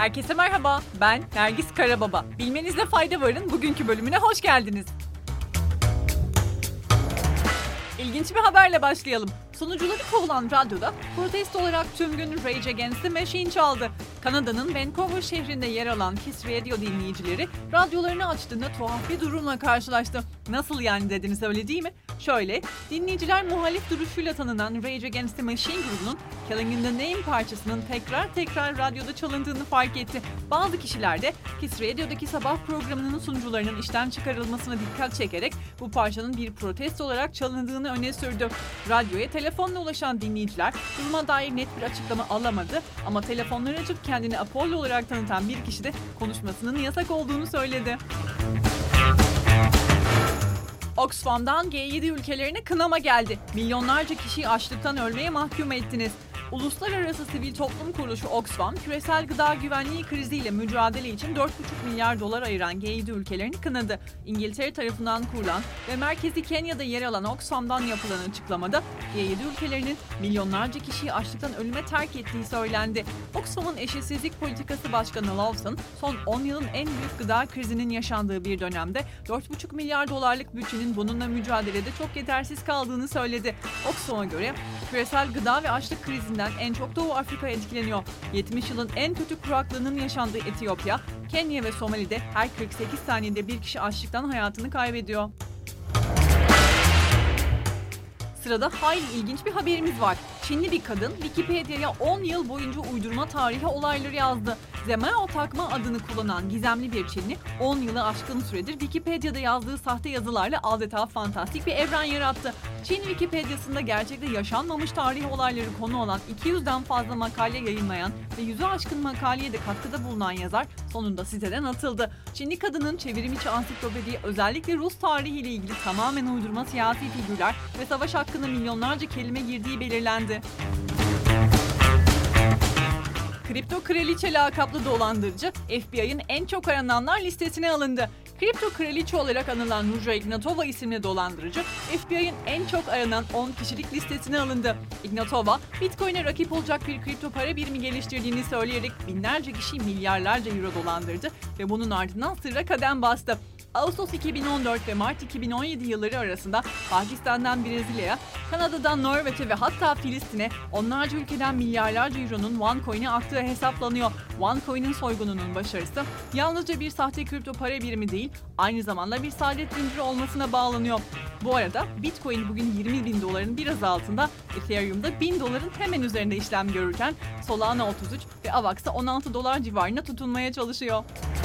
Herkese merhaba, ben Nergis Karababa. Bilmenizde fayda varın bugünkü bölümüne hoş geldiniz. İlginç bir haberle başlayalım. Sunucuları kovulan radyoda protesto olarak tüm gün Rage Against the Machine çaldı. Kanada'nın Vancouver şehrinde yer alan Kiss Radio dinleyicileri radyolarını açtığında tuhaf bir durumla karşılaştı. Nasıl yani dediniz, öyle değil mi? Şöyle, dinleyiciler muhalif duruşuyla tanınan Rage Against the Machine grubunun Killing in the Name parçasının tekrar radyoda çalındığını fark etti. Bazı kişiler de Kiss Radio'daki sabah programının sunucularının işten çıkarılmasına dikkat çekerek bu parçanın bir protesto olarak çalındığını öne sürdü. Radyoya telefonla ulaşan dinleyiciler duruma dair net bir açıklama alamadı ama telefonları açıp kendini Apollo olarak tanıtan bir kişi de konuşmasının yasak olduğunu söyledi. Oxfam'dan G7 ülkelerine kınama geldi. Milyonlarca kişiyi açlıktan ölmeye mahkum ettiniz. Uluslararası Sivil Toplum Kuruluşu Oxfam, küresel gıda güvenliği kriziyle mücadele için 4,5 milyar dolar ayıran G7 ülkelerini kınadı. İngiltere tarafından kurulan ve merkezi Kenya'da yer alan Oxfam'dan yapılan açıklamada G7 ülkelerinin milyonlarca kişiyi açlıktan ölüme terk ettiği söylendi. Oxfam'ın eşitsizlik politikası başkanı Lawson, son 10 yılın en büyük gıda krizinin yaşandığı bir dönemde 4,5 milyar dolarlık bütçenin bununla mücadelede çok yetersiz kaldığını söyledi. Oxfam'a göre küresel gıda ve açlık krizinden en çok Doğu Afrika etkileniyor. 70 yılın en kötü kuraklığının yaşandığı Etiyopya, Kenya ve Somali'de her 48 saniyede bir kişi açlıktan hayatını kaybediyor. Sırada hayli ilginç bir haberimiz var. Çinli bir kadın Wikipedia'ya 10 yıl boyunca uydurma tarihi olayları yazdı. Zemao Takma adını kullanan gizemli bir Çinli 10 yılı aşkın süredir Wikipedia'da yazdığı sahte yazılarla adeta fantastik bir evren yarattı. Çin Wikipedia'sında gerçekte yaşanmamış tarihi olayları konu olan 200'den fazla makale yayınlayan ve 100'e aşkın makaleye de katkıda bulunan yazar sonunda siteden atıldı. Çinli kadının çevrimiçi ansiklopediye özellikle Rus tarihiyle ilgili tamamen uydurma siyasi figürler ve savaş hakkında milyonlarca kelime girdiği belirlendi. Kripto Kraliçe lakaplı dolandırıcı FBI'ın en çok arananlar listesine alındı. Kripto Kraliçe olarak anılan Ruja Ignatova isimli dolandırıcı FBI'ın en çok aranan 10 kişilik listesine alındı. Ignatova, Bitcoin'e rakip olacak bir kripto para birimi geliştirdiğini söyleyerek binlerce kişiyi milyarlarca euro dolandırdı ve bunun ardından sırra kadem bastı. Ağustos 2014 ve Mart 2017 yılları arasında Pakistan'dan Brezilya'ya, Kanada'dan Norveç'e ve hatta Filistin'e onlarca ülkeden milyarlarca euronun OneCoin'e aktığı hesaplanıyor. OneCoin'in soygununun başarısı yalnızca bir sahte kripto para birimi değil, aynı zamanda bir saadet zinciri olmasına bağlanıyor. Bu arada Bitcoin bugün 20 bin doların biraz altında, Ethereum'da 1000 doların hemen üzerinde işlem görürken Solana 33 ve Avax'a 16 dolar civarına tutunmaya çalışıyor.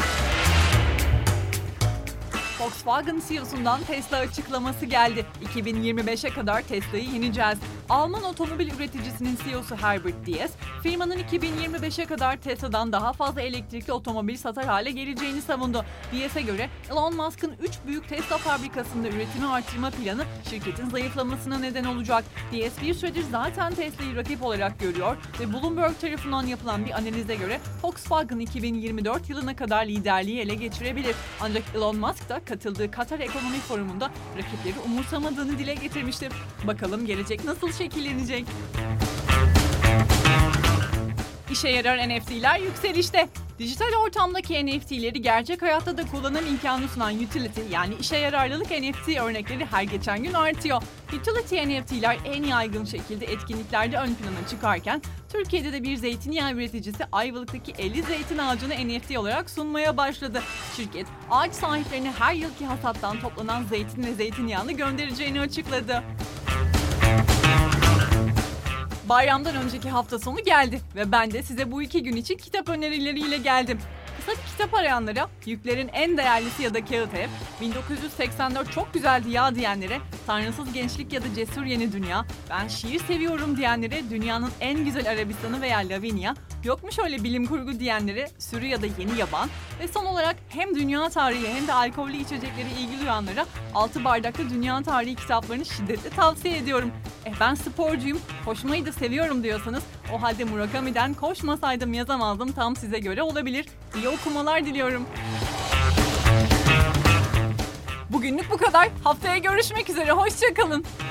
Volkswagen CEO'sundan Tesla açıklaması geldi. 2025'e kadar Tesla'yı yeneceğiz. Alman otomobil üreticisinin CEO'su Herbert Diess, firmanın 2025'e kadar Tesla'dan daha fazla elektrikli otomobil satar hale geleceğini savundu. Diess'e göre Elon Musk'ın 3 büyük Tesla fabrikasında üretimi artırma planı şirketin zayıflamasına neden olacak. Diess bir süredir zaten Tesla'yı rakip olarak görüyor ve Bloomberg tarafından yapılan bir analize göre Volkswagen 2024 yılına kadar liderliği ele geçirebilir. Ancak Elon Musk da katıldığı Katar Ekonomi Forumu'nda rakipleri umursamadığını dile getirmişti. Bakalım gelecek nasıl şekillenecek? İşe yarar NFT'ler yükselişte. Dijital ortamdaki NFT'leri gerçek hayatta da kullanım imkanı sunan utility yani işe yararlılık NFT örnekleri her geçen gün artıyor. Utility NFT'ler en yaygın şekilde etkinliklerde ön plana çıkarken Türkiye'de de bir zeytinyağı üreticisi Ayvalık'taki 50 zeytin ağacını NFT olarak sunmaya başladı. Şirket ağaç sahiplerine her yılki hasattan toplanan zeytin ve zeytinyağını göndereceğini açıkladı. Bayramdan önceki hafta sonu geldi ve ben de size bu 2 gün için kitap önerileriyle geldim. Kısa bir kitap arayanlara Yüklerin En Değerlisi ya da Kağıt Ev, 1984 çok güzeldi ya diyenlere Tanrısız Gençlik ya da Cesur Yeni Dünya, ben şiir seviyorum diyenlere Dünyanın En Güzel Arabistanı veya Lavinia, yokmuş öyle bilim kurgu diyenlere Sürü ya da Yeni Yaban ve son olarak hem dünya tarihi hem de alkollü içeceklere ilgi duyanlara 6 bardaklı dünya tarihi kitaplarını şiddetle tavsiye ediyorum. Ben sporcuyum, koşmayı da seviyorum diyorsanız o halde Murakami'den Koşmasaydım Yazamazdım tam size göre olabilir. İyi okumalar diliyorum. Bugünlük bu kadar. Haftaya görüşmek üzere. Hoşça kalın.